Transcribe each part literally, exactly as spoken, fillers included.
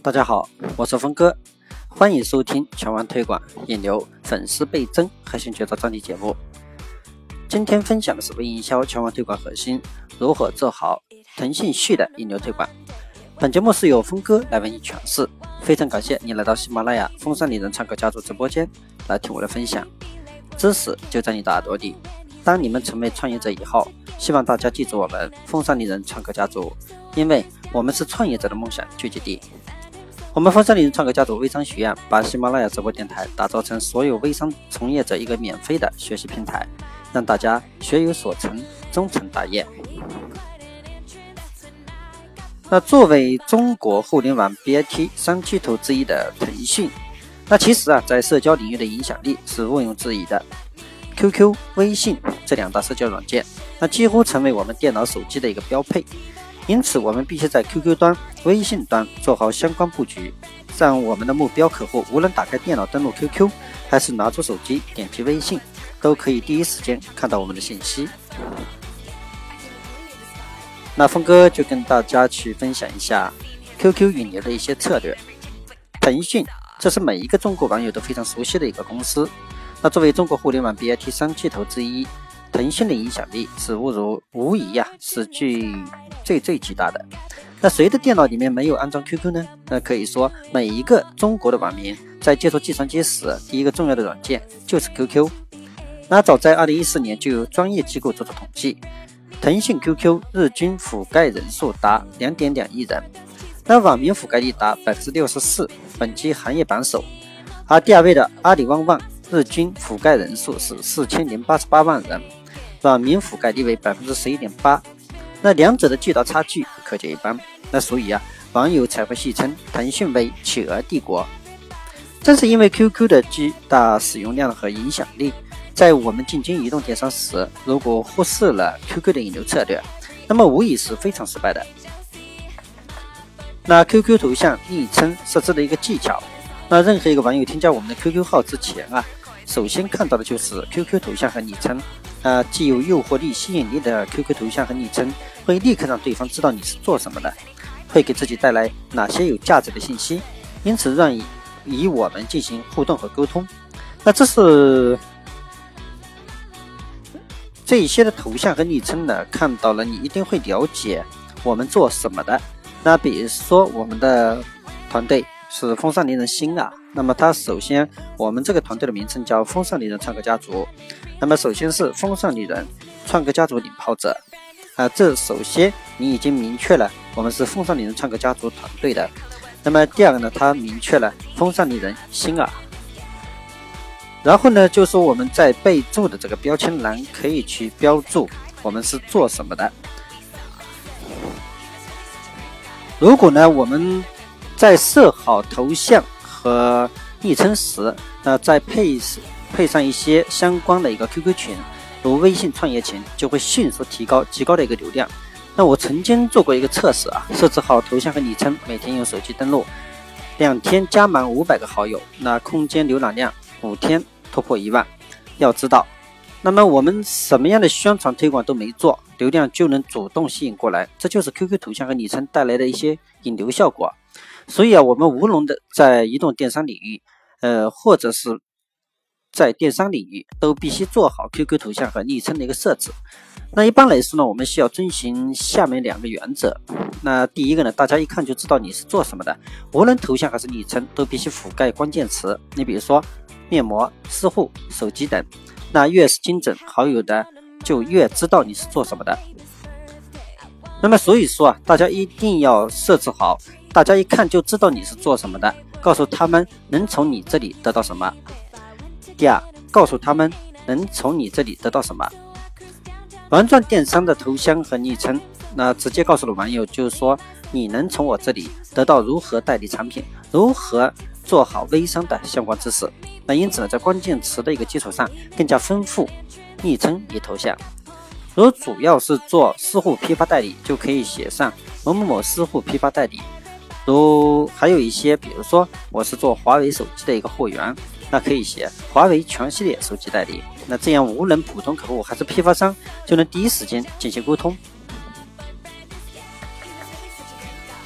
大家好，我是峰哥，欢迎收听全网推广引流粉丝倍增核心绝招专题节目。今天分享的是微营销全网推广核心如何做好腾讯系的引流推广。本节目是由峰哥来为你诠释，非常感谢你来到喜马拉雅风尚丽人唱歌家族直播间来听我的分享，知识就在你的耳朵里。当你们成为创业者以后，希望大家记住我们风尚丽人唱歌家族，因为我们是创业者的梦想聚集地。我们风尚丽人唱歌家族微商学院把喜马拉雅直播电台打造成所有微商从业者一个免费的学习平台，让大家学有所成，终成大业。那作为中国互联网 B I T 三巨头之一的腾讯，那其实啊，在社交领域的影响力是毋庸置疑的。Q Q、微信这两大社交软件，那几乎成为我们电脑、手机的一个标配。因此，我们必须在 Q Q 端、微信端做好相关布局，让我们的目标客户无论打开电脑登录 Q Q， 还是拿出手机点击微信，都可以第一时间看到我们的信息。那峰哥就跟大家去分享一下 Q Q 引流的一些策略。腾讯，这是每一个中国网友都非常熟悉的一个公司。那作为中国互联网 B I T 三巨头之一，腾讯的影响力是无如无疑呀、啊，是巨最最巨大的。那谁的电脑里面没有安装 Q Q 呢？那可以说每一个中国的网民在接触计算机时，第一个重要的软件就是 Q Q。那早在二零一四年就有专业机构做出统计，腾讯 Q Q 日均覆盖人数达 两点二亿人，那网民覆盖率达 百分之六十四， 本期行业榜首。而第二位的阿里旺旺日均覆盖人数是四千零八十八万人，网民覆盖率为 百分之十一点八， 那两者的巨大差距可见一斑。那所以啊，网友才会戏称腾讯为企鹅帝国。正是因为 Q Q 的巨大使用量和影响力，在我们进军移动电商时，如果忽视了 Q Q 的引流策略，那么无疑是非常失败的。那 Q Q 头像昵称设置的一个技巧，那任何一个网友添加我们的 Q Q 号之前啊，首先看到的就是 Q Q 头像和昵称。呃，既有诱惑力、吸引力的 Q Q 头像和昵称，会立刻让对方知道你是做什么的，会给自己带来哪些有价值的信息，因此让以与我们进行互动和沟通。那这是这一些的头像和昵称呢，看到了你一定会了解我们做什么的。那比如说我们的团队是风尚丽人星啊，那么它首先我们这个团队的名称叫风尚丽人唱歌家族，那么首先是风尚丽人唱歌家族领跑者啊，这首先你已经明确了我们是风尚丽人唱歌家族团队的。那么第二个呢，它明确了风尚丽人星啊，然后呢，就说我们在备注的这个标签栏可以去标注我们是做什么的。如果呢我们在设好头像和昵称时，那再配配上一些相关的一个 Q Q 群，如微信创业群，就会迅速提高极高的一个流量。那我曾经做过一个测试啊，设置好头像和昵称，每天用手机登录，两天加满五百个好友，那空间浏览量五天突破一万。要知道，那么我们什么样的宣传推广都没做，流量就能主动吸引过来，这就是 Q Q 头像和昵称带来的一些引流效果。所以啊，我们无论的在移动电商领域，呃，或者是在电商领域，都必须做好 Q Q 头像和昵称的一个设置。那一般来说呢，我们需要遵循下面两个原则。那第一个呢，大家一看就知道你是做什么的，无论头像还是昵称，都必须覆盖关键词。你比如说面膜、私护、手机等，那越是精准，好友的就越知道你是做什么的。那么所以说啊，大家一定要设置好，大家一看就知道你是做什么的，告诉他们能从你这里得到什么。第二，告诉他们能从你这里得到什么。玩转电商的头像和昵称，那直接告诉了网友，就是说你能从我这里得到如何代理产品，如何做好微商的相关知识。那因此呢，在关键词的一个基础上更加丰富昵称与头像。如主要是做私护批发代理，就可以写上某某某私护批发代理。如还有一些，比如说我是做华为手机的一个货源，那可以写华为全系列手机代理。那这样无论普通客户还是批发商，就能第一时间进行沟通。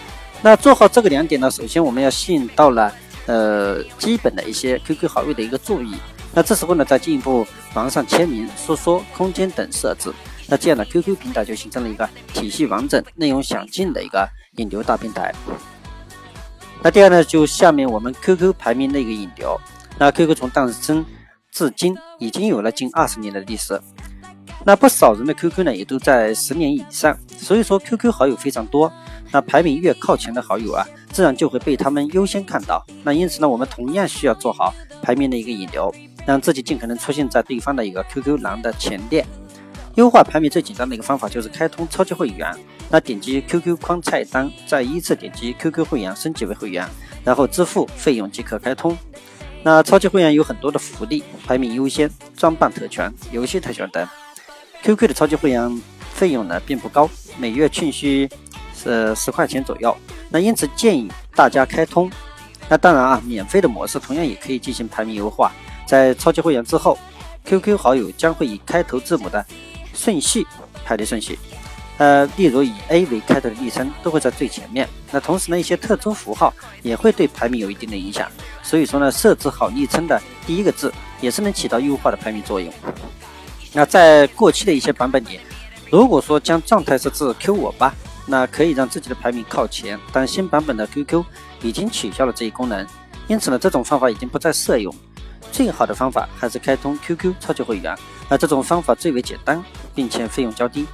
那做好这个两点呢，首先我们要吸引到了呃基本的一些 Q Q 好友的一个注意。那这时候呢，再进一步忙上签名、说说、空间等设置。那这样的 Q Q 平台就形成了一个体系完整、内容详尽的一个引流大平台。那第二呢，就下面我们 Q Q 排名的一个引流。那 Q Q 从诞生至今已经有了近二十年的历史。那不少人的 Q Q 呢，也都在十年以上，所以说 Q Q 好友非常多。那排名越靠前的好友啊，自然就会被他们优先看到。那因此呢，我们同样需要做好排名的一个引流，让自己尽可能出现在对方的一个 Q Q 栏的前列。优化排名最简单的一个方法就是开通超级会员。那点击 Q Q 框菜单，再依次点击 Q Q 会员升级为会员，然后支付费用即可开通。那超级会员有很多的福利，排名优先、装扮特权、游戏特权等。Q Q 的超级会员费用呢并不高，每月均需是十块钱左右。那因此建议大家开通。那当然啊，免费的模式同样也可以进行排名优化。在超级会员之后 ，Q Q 好友将会以开头字母的顺序排列顺序。呃，例如以 A 为开头的昵称都会在最前面。那同时呢，一些特殊符号也会对排名有一定的影响。所以说呢，设置好昵称的第一个字也是能起到优化的排名作用。那在过去的一些版本里，如果说将状态设置 Q 我吧，那可以让自己的排名靠前。但新版本的 Q Q 已经取消了这一功能，因此呢，这种方法已经不再适用。最好的方法还是开通 Q Q 超级会员，那这种方法最为简单，并且费用较低。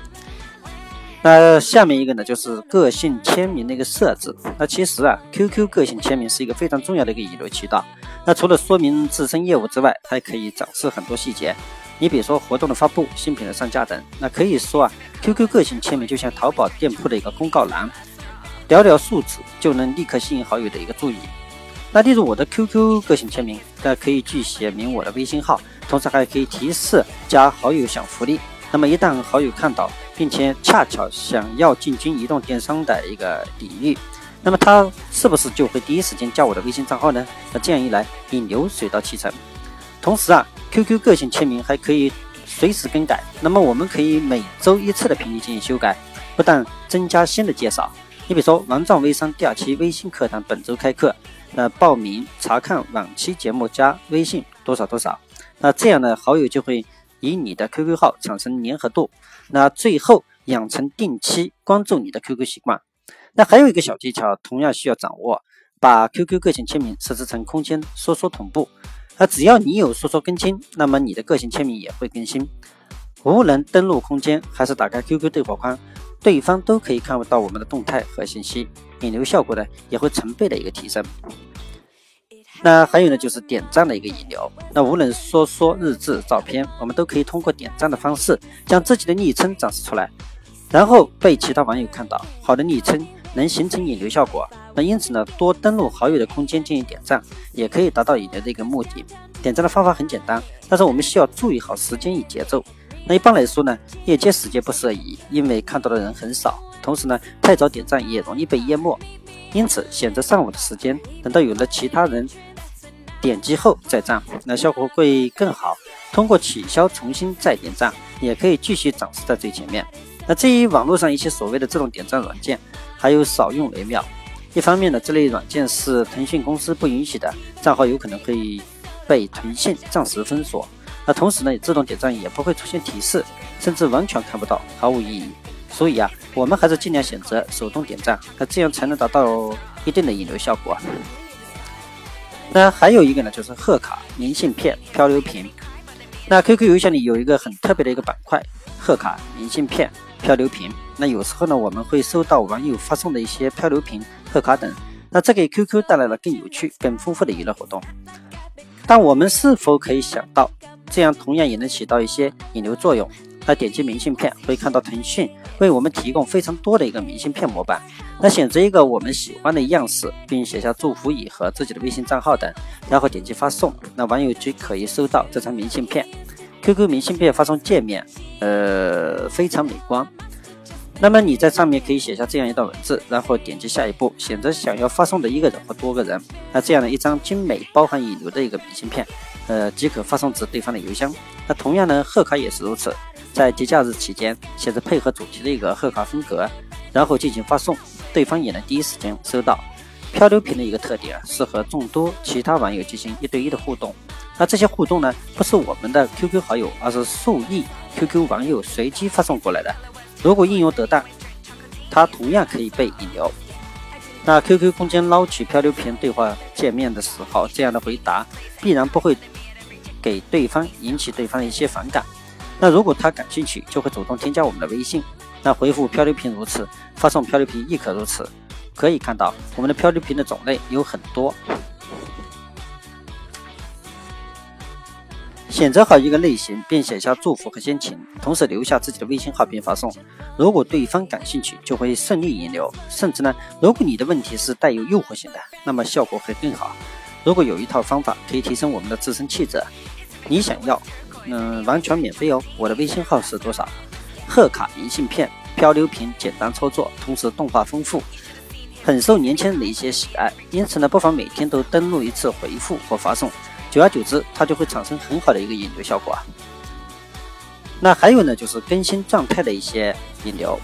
那下面一个呢，就是个性签名的一个设置。那其实啊 ，Q Q 个性签名是一个非常重要的一个引流渠道。那除了说明自身业务之外，还可以展示很多细节。你比如说活动的发布、新品的上架等。那可以说啊 ，Q Q 个性签名就像淘宝店铺的一个公告栏，寥寥数字就能立刻吸引好友的一个注意。那例如我的 Q Q 个性签名，那可以具写明我的微信号，同时还可以提示加好友享福利。那么一旦好友看到，并且恰巧想要进军移动电商的一个领域，那么他是不是就会第一时间加我的微信账号呢？那这样一来，引流水到渠成。同时啊 ，Q Q 个性签名还可以随时更改。那么我们可以每周一次的频率进行修改，不但增加新的介绍。你比如说，王藏微商第二期微信课堂本周开课，那报名查看往期节目加微信多少多少。那这样呢，好友就会以你的 Q Q 号产生粘合度，那最后养成定期关注你的 Q Q 习惯。那还有一个小技巧，同样需要掌握，把 Q Q 个性签名设置成空间说说同步。那只要你有说说更新，那么你的个性签名也会更新。无论登录空间还是打开 Q Q 对话框，对方都可以看到我们的动态和信息，引流效果呢也会成倍的一个提升。那还有呢，就是点赞的一个引流。那无论说说、日志、照片，我们都可以通过点赞的方式将自己的昵称展示出来，然后被其他网友看到。好的昵称能形成引流效果。那因此呢，多登录好友的空间进行点赞，也可以达到引流的一个目的。点赞的方法很简单，但是我们需要注意好时间与节奏。那一般来说呢，夜间时间不适宜，因为看到的人很少，同时呢，太早点赞也容易被淹没。因此选择上午的时间，等到有了其他人点击后再赞，那效果会更好。通过取消重新再点赞，也可以继续展示在最前面。那至于网络上一些所谓的自动点赞软件，还有少用为妙。一方面呢，这类软件是腾讯公司不允许的，账号有可能会被腾讯暂时封锁。那同时呢，自动点赞也不会出现提示，甚至完全看不到，毫无意义。所以啊，我们还是尽量选择手动点赞，那这样才能达到一定的引流效果。那还有一个呢，就是贺卡、明信片、漂流瓶。那 Q Q 邮箱里有一个很特别的一个板块，贺卡、明信片、漂流瓶。那有时候呢，我们会收到网友发送的一些漂流瓶、贺卡等，那这给 Q Q 带来了更有趣、更丰富的娱乐活动。但我们是否可以想到，这样同样也能起到一些引流作用？那点击明信片会看到腾讯为我们提供非常多的一个明信片模板，那选择一个我们喜欢的样式，并写下祝福语和自己的微信账号等，然后点击发送，那网友就可以收到这张明信片。 Q Q 明信片发送界面呃非常美观。那么你在上面可以写下这样一段文字，然后点击下一步，选择想要发送的一个人或多个人，那这样的一张精美包含引流的一个明信片呃即可发送至对方的邮箱。那同样呢，贺卡也是如此，在节假日期间写着配合主题的一个贺卡风格，然后进行发送。 对方也能第一时间收到。漂流瓶的一个特点啊，是和众多其他网友进行一对一的互动。那这些互动呢，不是我们的 Q Q 好友，而是数亿 Q Q 网友随机发送过来的。如果应用得当，它同样可以被引流。那 Q Q 空间捞取漂流瓶对话界面的时候，这样的回答必然不会给对方引起对方的一些反感。那如果他感兴趣，就会主动添加我们的微信。那回复漂流瓶如此，发送漂流瓶亦可如此。可以看到，我们的漂流瓶的种类有很多。选择好一个类型，并写下祝福和心情，同时留下自己的微信号并发送。如果对方感兴趣，就会顺利引流。甚至呢，如果你的问题是带有诱惑性的，那么效果会更好。如果有一套方法可以提升我们的自身气质，你想要，嗯，完全免费哦。我的微信号是多少？贺卡明信片，漂流瓶简单操作，同时动画丰富，很受年轻人的一些喜爱。因此呢，不妨每天都登录一次回复或发送。久而久之，它就会产生很好的一个引流效果啊。那还有呢，就是更新状态的一些引流。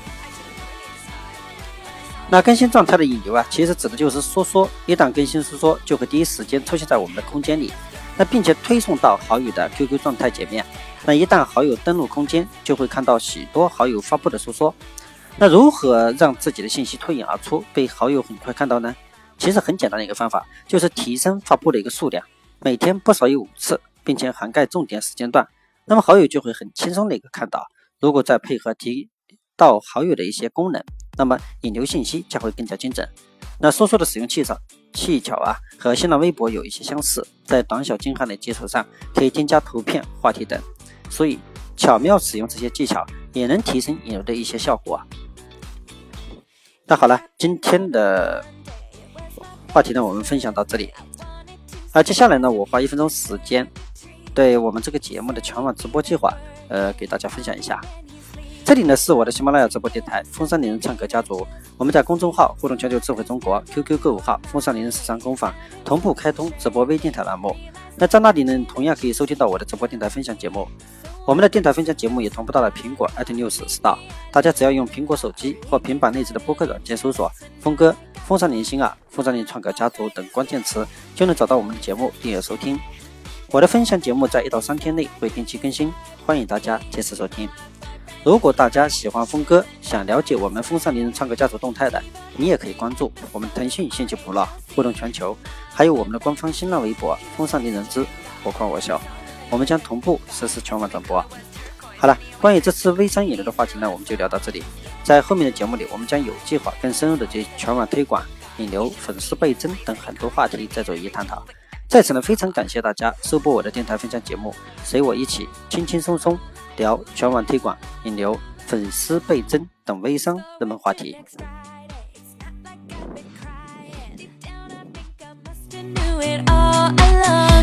那更新状态的引流啊，其实指的就是说说，一旦更新说说，就会第一时间出现在我们的空间里，那并且推送到好友的 Q Q 状态界面。那一旦好友登录空间，就会看到许多好友发布的说说。那如何让自己的信息脱颖而出，被好友很快看到呢？其实很简单的一个方法，就是提升发布的一个数量。每天不少于五次，并且涵盖重点时间段，那么好友就会很轻松的一个看到。如果再配合提到好友的一些功能，那么引流信息将会更加精准。那说说的使用技巧技巧啊，和新浪微博有一些相似，在短小精悍的基础上，可以添加图片、话题等，所以巧妙使用这些技巧，也能提升引流的一些效果啊。那好了，今天的话题呢，我们分享到这里。啊，接下来呢，我花一分钟时间，对我们这个节目的全网直播计划，呃，给大家分享一下。这里呢是我的喜马拉雅直播电台风尚丽人唱歌家族，我们在公众号互动全球智慧中国 Q Q 购物号风尚丽人时尚工坊同步开通直播微电台栏目。那在那里呢，同样可以收听到我的直播电台分享节目。我们的电台分享节目也同步到了苹果 iTunes Store， 大家只要用苹果手机或平板内置的播客软件搜索峰哥、风尚年星啊、风尚年创客家族等关键词，就能找到我们的节目订阅收听。我的分享节目在一到三天内会定期更新，欢迎大家届时收听。如果大家喜欢峰哥，想了解我们风尚年人创客家族动态的，你也可以关注我们腾讯兴趣普乐互动全球，还有我们的官方新浪微博风尚年人之我狂我笑，我们将同步实施全网转播。好了，关于这次微商引流的话题呢，我们就聊到这里。在后面的节目里，我们将有计划更深入的对全网推广、引流、粉丝倍增等很多话题再做一一探讨。在此呢，非常感谢大家收播我的电台分享节目，随我一起轻轻松松聊全网推广、引流、粉丝倍增等微商热门话题。 knew it all along.